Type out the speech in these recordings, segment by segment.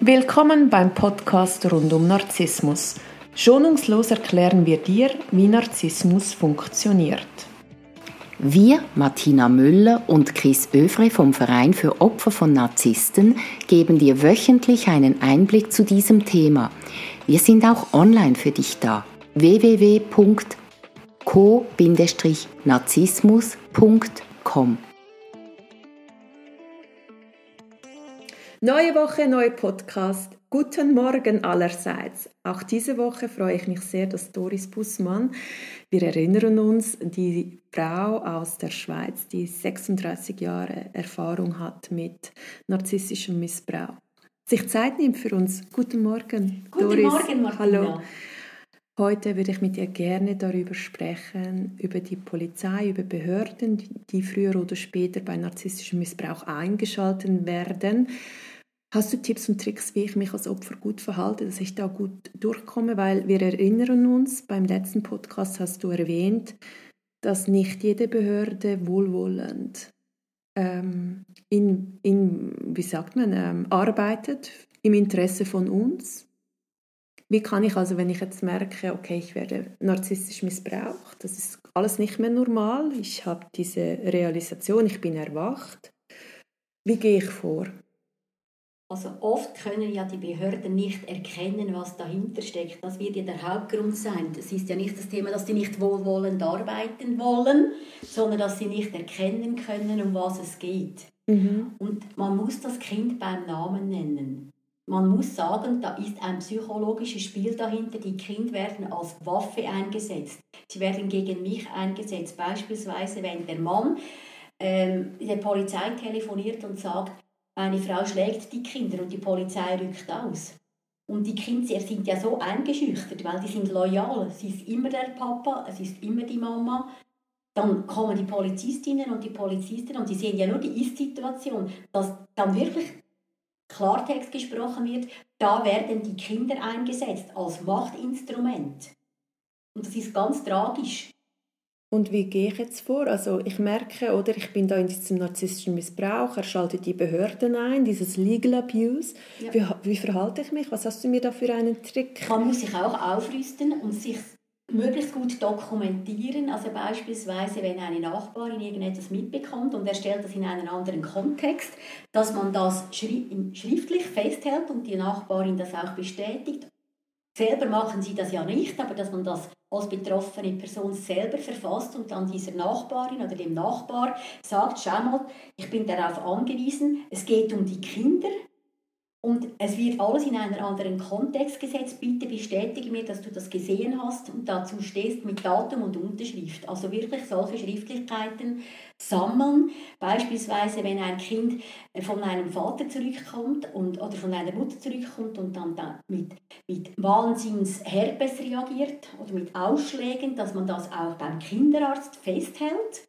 Willkommen beim Podcast rund um Narzissmus. Schonungslos erklären wir dir, wie Narzissmus funktioniert. Wir, Martina Müller und Chris Övre vom Verein für Opfer von Narzissten, geben dir wöchentlich einen Einblick zu diesem Thema. Wir sind auch online für dich da. www.co-narzissmus.com. Neue Woche, neuer Podcast. Guten Morgen allerseits. Auch diese Woche freue ich mich sehr, dass Doris Bussmann, wir erinnern uns, die Frau aus der Schweiz, die 36 Jahre Erfahrung hat mit narzisstischem Missbrauch, sich Zeit nimmt für uns. Guten Morgen, Guten Doris. Morgen, Martina. Hallo. Heute würde ich mit dir gerne darüber sprechen, über die Polizei, über Behörden, die früher oder später bei narzisstischem Missbrauch eingeschaltet werden. Hast du Tipps und Tricks, wie ich mich als Opfer gut verhalte, dass ich da gut durchkomme? Weil wir erinnern uns, beim letzten Podcast hast du erwähnt, dass nicht jede Behörde wohlwollend arbeitet im Interesse von uns. Wie kann ich also, wenn ich jetzt merke, okay, ich werde narzisstisch missbraucht, das ist alles nicht mehr normal, ich habe diese Realisation, ich bin erwacht, wie gehe ich vor? Also oft können ja die Behörden nicht erkennen, was dahinter steckt. Das wird ja der Hauptgrund sein. Es ist ja nicht das Thema, dass sie nicht wohlwollend arbeiten wollen, sondern dass sie nicht erkennen können, um was es geht. Und man muss das Kind beim Namen nennen. Man muss sagen, da ist ein psychologisches Spiel dahinter. Die Kinder werden als Waffe eingesetzt. Sie werden gegen mich eingesetzt. Beispielsweise, wenn der Mann der Polizei telefoniert und sagt, eine Frau schlägt die Kinder und die Polizei rückt aus. Und die Kinder sind ja so eingeschüchtert, weil die sind loyal. Es ist immer der Papa, es ist immer die Mama. Dann kommen die Polizistinnen und die Polizisten und die sehen ja nur die Ist-Situation, dass dann wirklich Klartext gesprochen wird, da werden die Kinder eingesetzt als Machtinstrument. Und das ist ganz tragisch. Und wie gehe ich jetzt vor? Also ich merke, oder ich bin da in diesem narzisstischen Missbrauch, er schaltet die Behörden ein, dieses Legal Abuse. Ja. Wie verhalte ich mich? Was hast du mir da für einen Trick? Man muss sich auch aufrüsten und sich möglichst gut dokumentieren. Also beispielsweise, wenn eine Nachbarin irgendetwas mitbekommt und er stellt das in einen anderen Kontext, dass man das schriftlich festhält und die Nachbarin das auch bestätigt. Selber machen sie das ja nicht, aber dass man das als betroffene Person selber verfasst und dann dieser Nachbarin oder dem Nachbar sagt, schau mal, ich bin darauf angewiesen, es geht um die Kinder und es wird alles in einen anderen Kontext gesetzt. Bitte bestätige mir, dass du das gesehen hast und dazu stehst mit Datum und Unterschrift. Also wirklich solche Schriftlichkeiten sammeln. Beispielsweise, wenn ein Kind von einem Vater zurückkommt oder von einer Mutter zurückkommt und dann mit Wahnsinns-Herpes reagiert oder mit Ausschlägen, dass man das auch beim Kinderarzt festhält.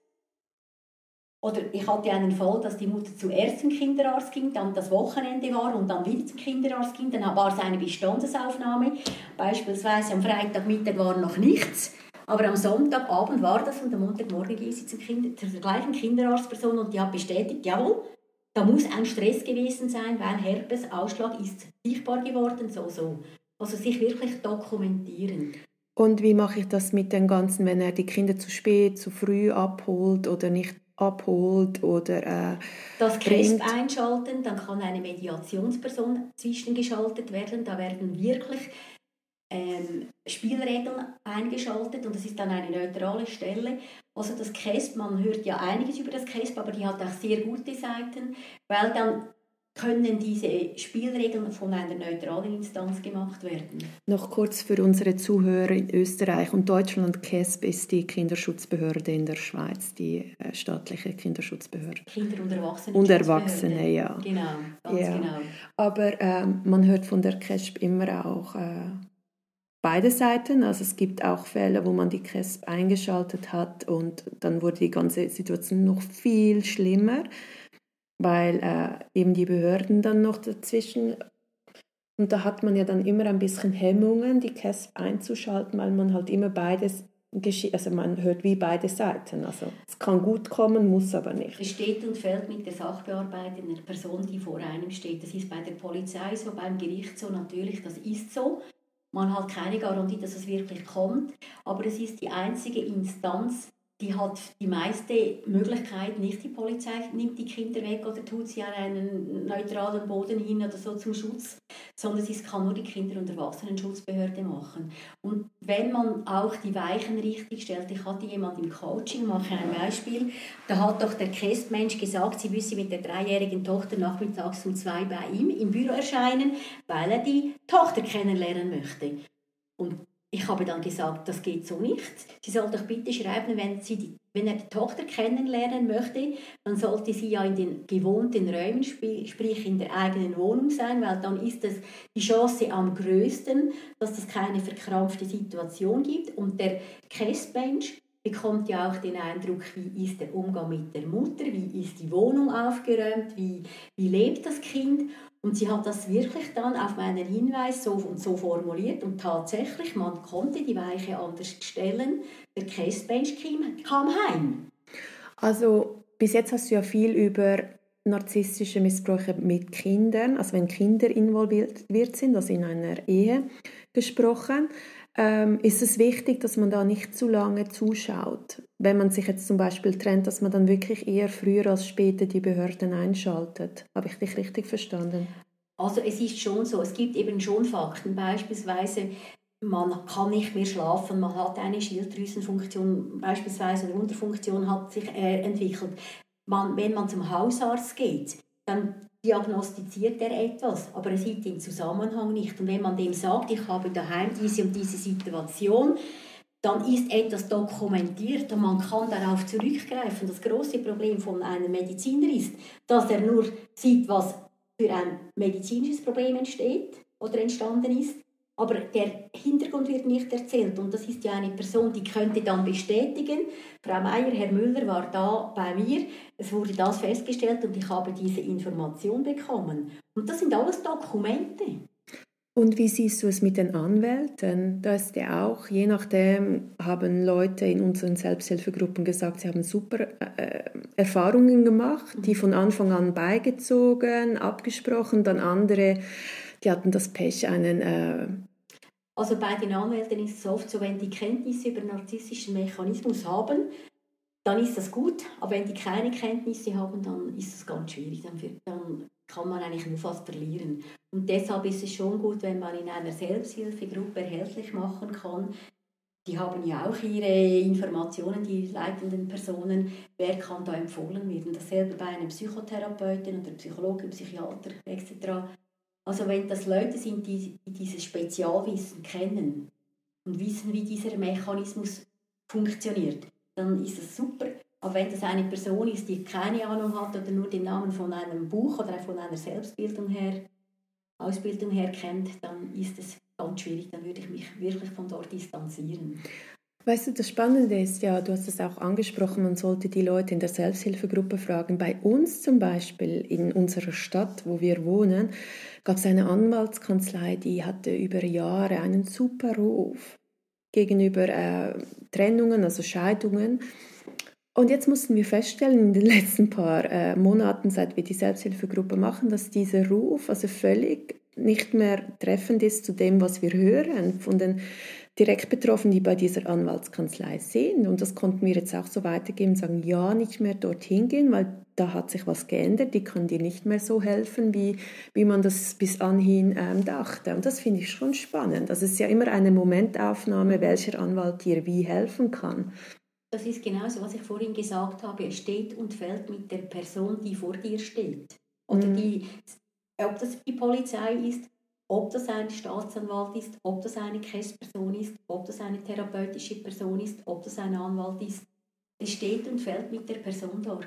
Oder ich hatte einen Fall, dass die Mutter zuerst zum Kinderarzt ging, dann das Wochenende war und dann wieder zum Kinderarzt ging. Dann war es eine Bestandesaufnahme. Beispielsweise am Freitagmittag war noch nichts, aber am Sonntagabend war das und am Montagmorgen ging sie zur gleichen Kinderarztperson und die hat bestätigt, jawohl, da muss ein Stress gewesen sein, weil Herpesausschlag ist sichtbar geworden, so. Also sich wirklich dokumentieren. Und wie mache ich das mit dem Ganzen, wenn er die Kinder zu spät, zu früh abholt oder nicht abholt oder das CRESP einschalten, dann kann eine Mediationsperson zwischengeschaltet werden. Da werden wirklich Spielregeln eingeschaltet und das ist dann eine neutrale Stelle. Also das CRESP, man hört ja einiges über das CRESP, aber die hat auch sehr gute Seiten, weil dann können diese Spielregeln von einer neutralen Instanz gemacht werden. Noch kurz für unsere Zuhörer in Österreich und Deutschland, CESP ist die Kinderschutzbehörde in der Schweiz, die staatliche Kinderschutzbehörde. Kinder- und Erwachsene. Und Erwachsene, ja. Genau, ganz genau. Aber man hört von der CESP immer auch beide Seiten. Also es gibt auch Fälle, wo man die CESP eingeschaltet hat und dann wurde die ganze Situation noch viel schlimmer, weil eben die Behörden dann noch dazwischen, und da hat man ja dann immer ein bisschen Hemmungen, die CESP einzuschalten, weil man halt immer beides also man hört wie beide Seiten. Also es kann gut kommen, muss aber nicht. Es steht und fällt mit der sachbearbeitenden Person, die vor einem steht. Das ist bei der Polizei so, beim Gericht so, natürlich, das ist so. Man hat keine Garantie, dass es wirklich kommt, aber es ist die einzige Instanz, die hat die meiste Möglichkeit, nicht die Polizei nimmt die Kinder weg oder tut sie an einen neutralen Boden hin oder so zum Schutz, sondern es kann nur die Kinder- und Erwachsenenschutzbehörde machen. Und wenn man auch die Weichen richtig stellt, ich hatte jemanden im Coaching, mache ein Beispiel, da hat doch der Kästmensch gesagt, sie müsse mit der 3-jährigen Tochter nachmittags um 2 bei ihm im Büro erscheinen, weil er die Tochter kennenlernen möchte. Und ich habe dann gesagt, das geht so nicht. Sie soll doch bitte schreiben, wenn er die Tochter kennenlernen möchte, dann sollte sie ja in den gewohnten Räumen, sprich in der eigenen Wohnung sein, weil dann ist es die Chance am größten, dass es keine verkrampfte Situation gibt. Und der Kästmensch bekommt ja auch den Eindruck, wie ist der Umgang mit der Mutter, wie ist die Wohnung aufgeräumt, wie lebt das Kind. Und sie hat das wirklich dann auf meinen Hinweis so und so formuliert und tatsächlich, man konnte die Weiche anders stellen. Der Kästmensch kam heim. Also bis jetzt hast du ja viel über narzisstische Missbräuche mit Kindern, also wenn Kinder involviert sind, also in einer Ehe gesprochen. Ist es wichtig, dass man da nicht zu lange zuschaut? Wenn man sich jetzt zum Beispiel trennt, dass man dann wirklich eher früher als später die Behörden einschaltet. Habe ich dich richtig verstanden? Also es ist schon so, es gibt eben schon Fakten, beispielsweise man kann nicht mehr schlafen, man hat eine Schilddrüsenfunktion beispielsweise oder Unterfunktion hat sich entwickelt. Wenn man zum Hausarzt geht, dann diagnostiziert er etwas, aber er sieht den Zusammenhang nicht. Und wenn man dem sagt, ich habe daheim diese und diese Situation, dann ist etwas dokumentiert und man kann darauf zurückgreifen. Das große Problem von einem Mediziner ist, dass er nur sieht, was für ein medizinisches Problem entsteht oder entstanden ist, aber der Hintergrund wird nicht erzählt. Und das ist ja eine Person, die könnte dann bestätigen, Frau Meier, Herr Müller war da bei mir, es wurde das festgestellt und ich habe diese Information bekommen. Und das sind alles Dokumente. Und wie siehst du es mit den Anwälten? Da ist ja auch, je nachdem, haben Leute in unseren Selbsthilfegruppen gesagt, sie haben super Erfahrungen gemacht, die von Anfang an beigezogen, abgesprochen, dann andere, die hatten das Pech, Also bei den Anwälten ist es oft so, wenn die Kenntnisse über narzisstischen Mechanismus haben, dann ist das gut, aber wenn die keine Kenntnisse haben, dann ist es ganz schwierig, dann kann man eigentlich nur fast verlieren. Und deshalb ist es schon gut, wenn man in einer Selbsthilfegruppe erhältlich machen kann. Die haben ja auch ihre Informationen, die leitenden Personen, wer kann da empfohlen werden. Dasselbe bei einem Psychotherapeuten oder Psychologen, Psychiater etc. Also wenn das Leute sind, die dieses Spezialwissen kennen und wissen, wie dieser Mechanismus funktioniert, dann ist es super. Aber wenn das eine Person ist, die keine Ahnung hat oder nur den Namen von einem Buch oder von einer Ausbildung her kennt, dann ist es ganz schwierig. Dann würde ich mich wirklich von dort distanzieren. Weißt du, das Spannende ist ja, du hast es auch angesprochen, man sollte die Leute in der Selbsthilfegruppe fragen. Bei uns zum Beispiel in unserer Stadt, wo wir wohnen, gab es eine Anwaltskanzlei, die hatte über Jahre einen super Ruf gegenüber Trennungen, also Scheidungen. Und jetzt mussten wir feststellen, in den letzten paar Monaten, seit wir die Selbsthilfegruppe machen, dass dieser Ruf also völlig nicht mehr treffend ist zu dem, was wir hören von den direkt Betroffenen, die bei dieser Anwaltskanzlei sind. Und das konnten wir jetzt auch so weitergeben, sagen, ja, nicht mehr dorthin gehen, weil da hat sich was geändert, die kann dir nicht mehr so helfen, wie man das bis anhin dachte. Und das finde ich schon spannend. Also es ist ja immer eine Momentaufnahme, welcher Anwalt dir wie helfen kann. Das ist genauso, was ich vorhin gesagt habe. Es steht und fällt mit der Person, die vor dir steht. Oder ob das die Polizei ist, ob das ein Staatsanwalt ist, ob das eine KESS-Person ist, ob das eine therapeutische Person ist, ob das ein Anwalt ist. Es steht und fällt mit der Person dort.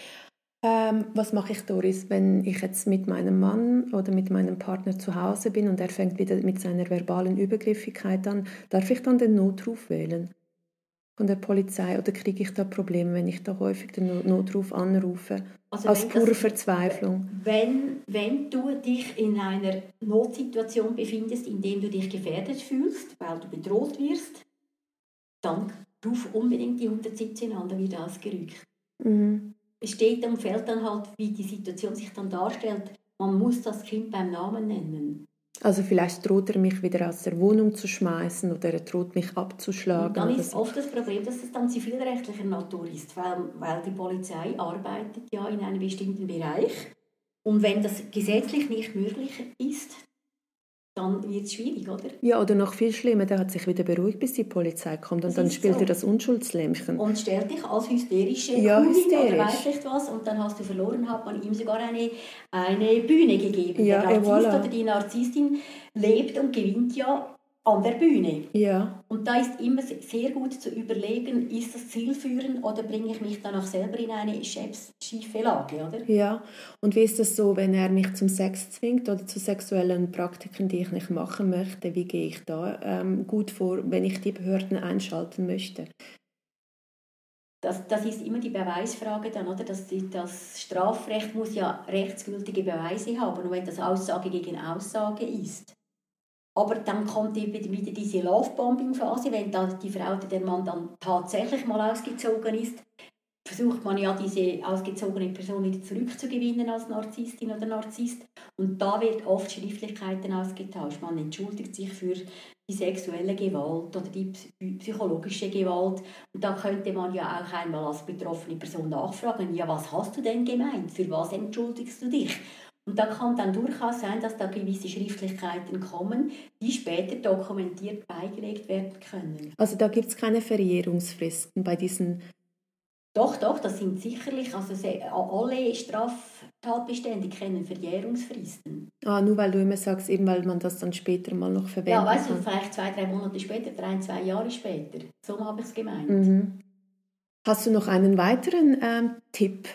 Was mache ich, Doris, wenn ich jetzt mit meinem Mann oder mit meinem Partner zu Hause bin und er fängt wieder mit seiner verbalen Übergriffigkeit an? Darf ich dann den Notruf wählen von der Polizei oder kriege ich da Probleme, wenn ich da häufig den Notruf anrufe? Also aus purer Verzweiflung. Wenn du dich in einer Notsituation befindest, in der du dich gefährdet fühlst, weil du bedroht wirst, dann ruf unbedingt die 117 an, da wird ausgerückt. Mhm. Es steht und fällt dann halt, wie die Situation sich dann darstellt. Man muss das Kind beim Namen nennen. Also vielleicht droht er mich wieder aus der Wohnung zu schmeißen oder er droht mich abzuschlagen. Und dann oder ist so. oft das Problem, dass es dann zivilrechtlicher Natur ist, weil die Polizei arbeitet ja in einem bestimmten Bereich. Und wenn das gesetzlich nicht möglich ist, dann wird es schwierig, oder? Ja, oder noch viel schlimmer, der hat sich wieder beruhigt, bis die Polizei kommt und Das dann ist spielt so. er das Unschuldslämmchen. Und stellt dich als hysterische Ja, Kundin hysterisch. oder weiß nicht was und dann hast du verloren, hat man ihm sogar eine Bühne gegeben. Ja, der Narzisst voilà. oder die Narzisstin lebt und gewinnt ja an der Bühne. Ja, Und da ist immer sehr gut zu überlegen, ist das zielführend oder bringe ich mich danach selber in eine schiefe Lage, oder? ja. Und wie ist das so, wenn er mich zum Sex zwingt oder zu sexuellen Praktiken, die ich nicht machen möchte? Wie gehe ich da gut vor, wenn ich die Behörden einschalten möchte? Das ist immer die Beweisfrage dann, oder? Das Strafrecht muss ja rechtsgültige Beweise haben, und wenn das Aussage gegen Aussage ist. Aber dann kommt eben wieder diese Lovebombing-Phase, wenn da die Frau oder der Mann dann tatsächlich mal ausgezogen ist, versucht man ja, diese ausgezogene Person wieder zurückzugewinnen als Narzisstin oder Narzisst. Und da wird oft Schriftlichkeiten ausgetauscht. Man entschuldigt sich für die sexuelle Gewalt oder die psychologische Gewalt. Und da könnte man ja auch einmal als betroffene Person nachfragen, ja, was hast du denn gemeint? Für was entschuldigst du dich? Und da kann dann durchaus sein, dass da gewisse Schriftlichkeiten kommen, die später dokumentiert beigelegt werden können. Also da gibt es keine Verjährungsfristen bei diesen... Doch, das sind sicherlich, also alle Straftatbestände kennen Verjährungsfristen. nur weil du immer sagst, eben weil man das dann später mal noch verwenden Ja, weißt du, kann. vielleicht 2-3 Monate später, 3-2 Jahre später. So habe ich es gemeint. Mhm. Hast du noch einen weiteren Tipp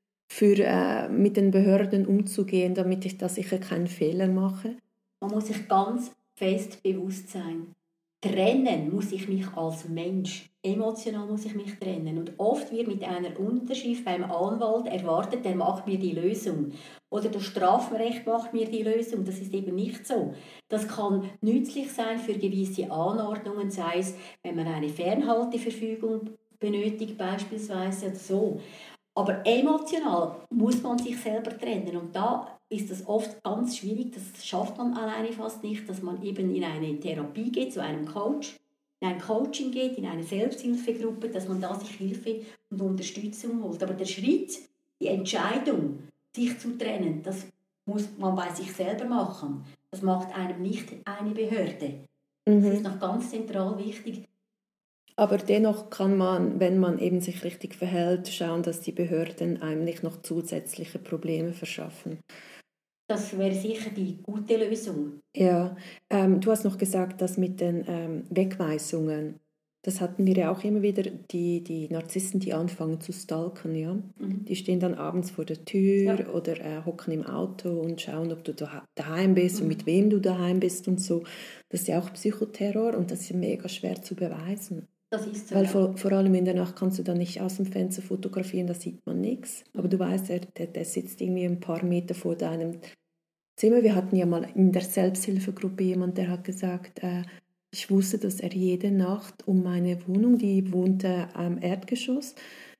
für mit den Behörden umzugehen, damit ich da sicher keinen Fehler mache? Man muss sich ganz fest bewusst sein. Trennen muss ich mich als Mensch. Emotional muss ich mich trennen. Und oft wird mit einer Unterschrift beim Anwalt erwartet, der macht mir die Lösung. Oder das Strafrecht macht mir die Lösung. Das ist eben nicht so. Das kann nützlich sein für gewisse Anordnungen, sei es, wenn man eine Fernhalteverfügung benötigt beispielsweise oder so. Aber emotional muss man sich selber trennen. Und da ist das oft ganz schwierig. Das schafft man alleine fast nicht, dass man eben in eine Therapie geht, zu einem Coach, in ein Coaching geht, in eine Selbsthilfegruppe, dass man da sich Hilfe und Unterstützung holt. Aber der Schritt, die Entscheidung, sich zu trennen, das muss man bei sich selber machen. Das macht einem nicht eine Behörde. Das ist noch ganz zentral wichtig. Aber dennoch kann man, wenn man eben sich richtig verhält, schauen, dass die Behörden einem nicht noch zusätzliche Probleme verschaffen. Das wäre sicher die gute Lösung. Ja, du hast noch gesagt, dass mit den Wegweisungen, das hatten wir ja auch immer wieder, die Narzissten, die anfangen zu stalken, ja. Mhm. Die stehen dann abends vor der Tür Ja. oder hocken im Auto und schauen, ob du daheim bist und mit wem du daheim bist und so. Das ist ja auch Psychoterror und das ist mega schwer zu beweisen. Das ist so. Weil vor allem in der Nacht kannst du dann nicht aus dem Fenster fotografieren, da sieht man nichts. Aber du weißt, der sitzt irgendwie ein paar Meter vor deinem Zimmer. Wir hatten ja mal in der Selbsthilfegruppe jemand, der hat gesagt, ich wusste, dass er jede Nacht um meine Wohnung, die wohnte am Erdgeschoss,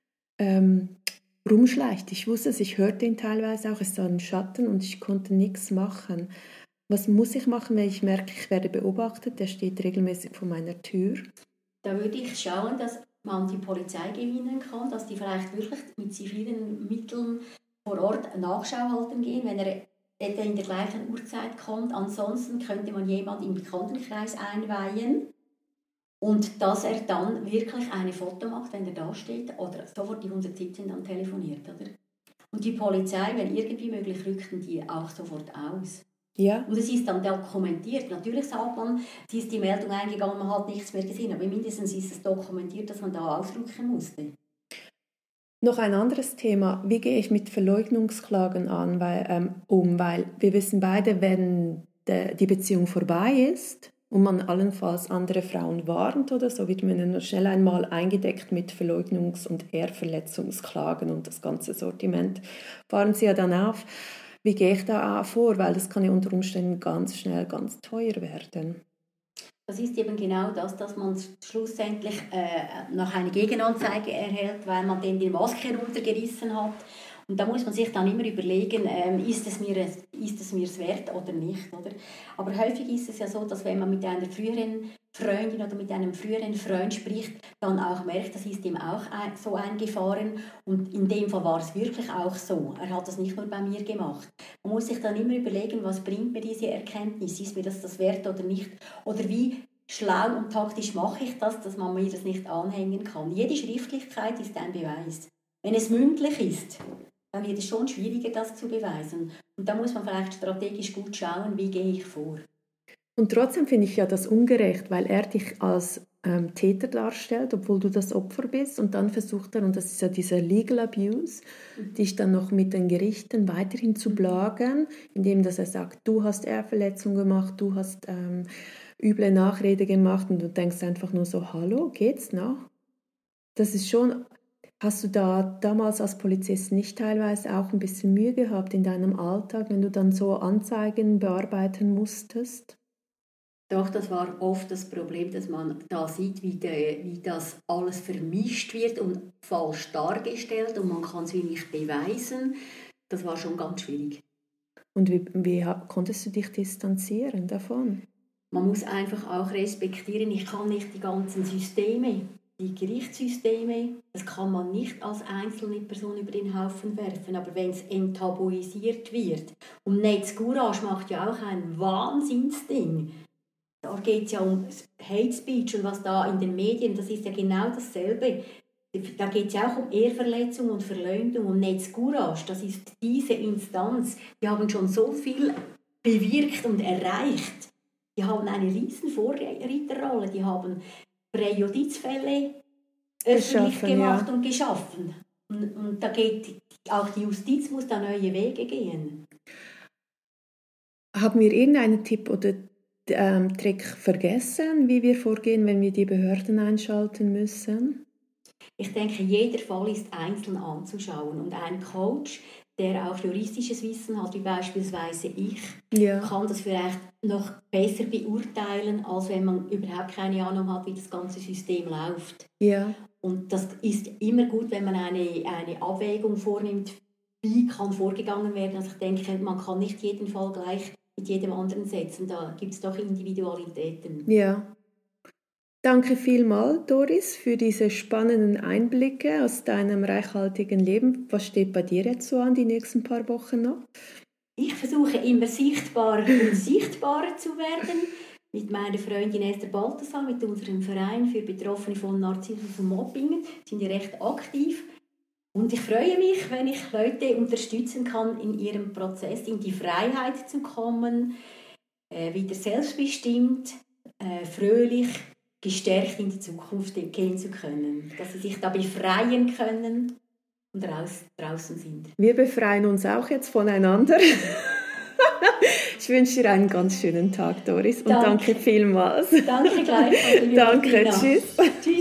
rumschleicht. Ich wusste es, ich hörte ihn teilweise auch, es war ein Schatten und ich konnte nichts machen. Was muss ich machen, wenn ich merke, ich werde beobachtet? Der steht regelmäßig vor meiner Tür. Da würde ich schauen, dass man die Polizei gewinnen kann, dass die vielleicht wirklich mit zivilen Mitteln vor Ort Nachschau halten gehen, wenn er etwa in der gleichen Uhrzeit kommt. Ansonsten könnte man jemanden im Bekanntenkreis einweihen und dass er dann wirklich eine Foto macht, wenn er da steht, oder sofort die 117 dann telefoniert. Oder? Und die Polizei, wenn irgendwie möglich, rückten die auch sofort aus. Ja. Und es ist dann dokumentiert. Natürlich sagt man, es ist die Meldung eingegangen, man hat nichts mehr gesehen, aber mindestens ist es dokumentiert, dass man da ausrücken musste. Noch ein anderes Thema, wie gehe ich mit Verleugnungsklagen um? Weil wir wissen beide, wenn die Beziehung vorbei ist und man allenfalls andere Frauen warnt oder so, wird man dann schnell einmal eingedeckt mit Verleugnungs- und Ehrverletzungsklagen und das ganze Sortiment fahren sie ja dann auf. Wie gehe ich da vor? Weil das kann ja unter Umständen ganz schnell ganz teuer werden. Das ist eben genau das, dass man schlussendlich noch eine Gegenanzeige erhält, weil man dem die Maske heruntergerissen hat. Und da muss man sich dann immer überlegen, ist es mir wert oder nicht. Oder? Aber häufig ist es ja so, dass wenn man mit einer früheren Freundin oder mit einem früheren Freund spricht, dann auch merkt, das ist ihm auch so eingefahren. Und in dem Fall war es wirklich auch so. Er hat das nicht nur bei mir gemacht. Man muss sich dann immer überlegen, was bringt mir diese Erkenntnis? Ist mir das wert oder nicht? Oder wie schlau und taktisch mache ich das, dass man mir das nicht anhängen kann? Jede Schriftlichkeit ist ein Beweis. Wenn es mündlich ist, dann wird es schon schwieriger, das zu beweisen. Und da muss man vielleicht strategisch gut schauen, wie gehe ich vor. Und trotzdem finde ich ja das ungerecht, weil er dich als Täter darstellt, obwohl du das Opfer bist. Und dann versucht er, und das ist ja dieser Legal Abuse, dich dann noch mit den Gerichten weiterhin zu plagen, indem dass er sagt, du hast Ehrverletzung gemacht, du hast üble Nachrede gemacht und du denkst einfach nur so, hallo, geht's noch? Das ist schon... Hast du da damals als Polizist nicht teilweise auch ein bisschen Mühe gehabt in deinem Alltag, wenn du dann so Anzeigen bearbeiten musstest? Doch, das war oft das Problem, dass man da sieht, wie das alles vermischt wird und falsch dargestellt und man kann es wie nicht beweisen. Das war schon ganz schwierig. Und wie konntest du dich distanzieren davon? Man muss einfach auch respektieren, ich kann nicht die ganzen Systeme, die Gerichtssysteme, das kann man nicht als einzelne Person über den Haufen werfen. Aber wenn es enttabuisiert wird, und Netz Courage macht ja auch ein Wahnsinnsding, da geht es ja um Hate Speech und was da in den Medien, das ist ja genau dasselbe. Da geht es ja auch um Ehrverletzung und Verleumdung und Netz Courage, das ist diese Instanz, die haben schon so viel bewirkt und erreicht. Die haben eine riesen Vorreiterrolle, die haben Präjudizfälle öffentlich gemacht und geschaffen. Und da geht auch die Justiz muss da neue Wege gehen. Haben wir irgendeinen Tipp oder Trick vergessen, wie wir vorgehen, wenn wir die Behörden einschalten müssen? Ich denke, jeder Fall ist einzeln anzuschauen. Und ein Coach, der auch juristisches Wissen hat, wie beispielsweise ich, kann das vielleicht noch besser beurteilen, als wenn man überhaupt keine Ahnung hat, wie das ganze System läuft. Ja. Und das ist immer gut, wenn man eine Abwägung vornimmt, wie kann vorgegangen werden. Also ich denke, man kann nicht jeden Fall gleich mit jedem anderen setzen. Da gibt es doch Individualitäten. Ja. Danke vielmals, Doris, für diese spannenden Einblicke aus deinem reichhaltigen Leben. Was steht bei dir jetzt so an, die nächsten paar Wochen noch? Ich versuche immer sichtbarer und sichtbarer zu werden. Mit meiner Freundin Esther Balthasar, mit unserem Verein für Betroffene von Narzissmus und Mobbing, sind wir recht aktiv. Und ich freue mich, wenn ich Leute unterstützen kann, in ihrem Prozess in die Freiheit zu kommen, wieder selbstbestimmt, fröhlich, gestärkt in die Zukunft gehen zu können. Dass sie sich da befreien können und draußen sind. Wir befreien uns auch jetzt voneinander. Ich wünsche dir einen ganz schönen Tag, Doris. Und danke vielmals. Danke gleich. Danke, tschüss. Tschüss.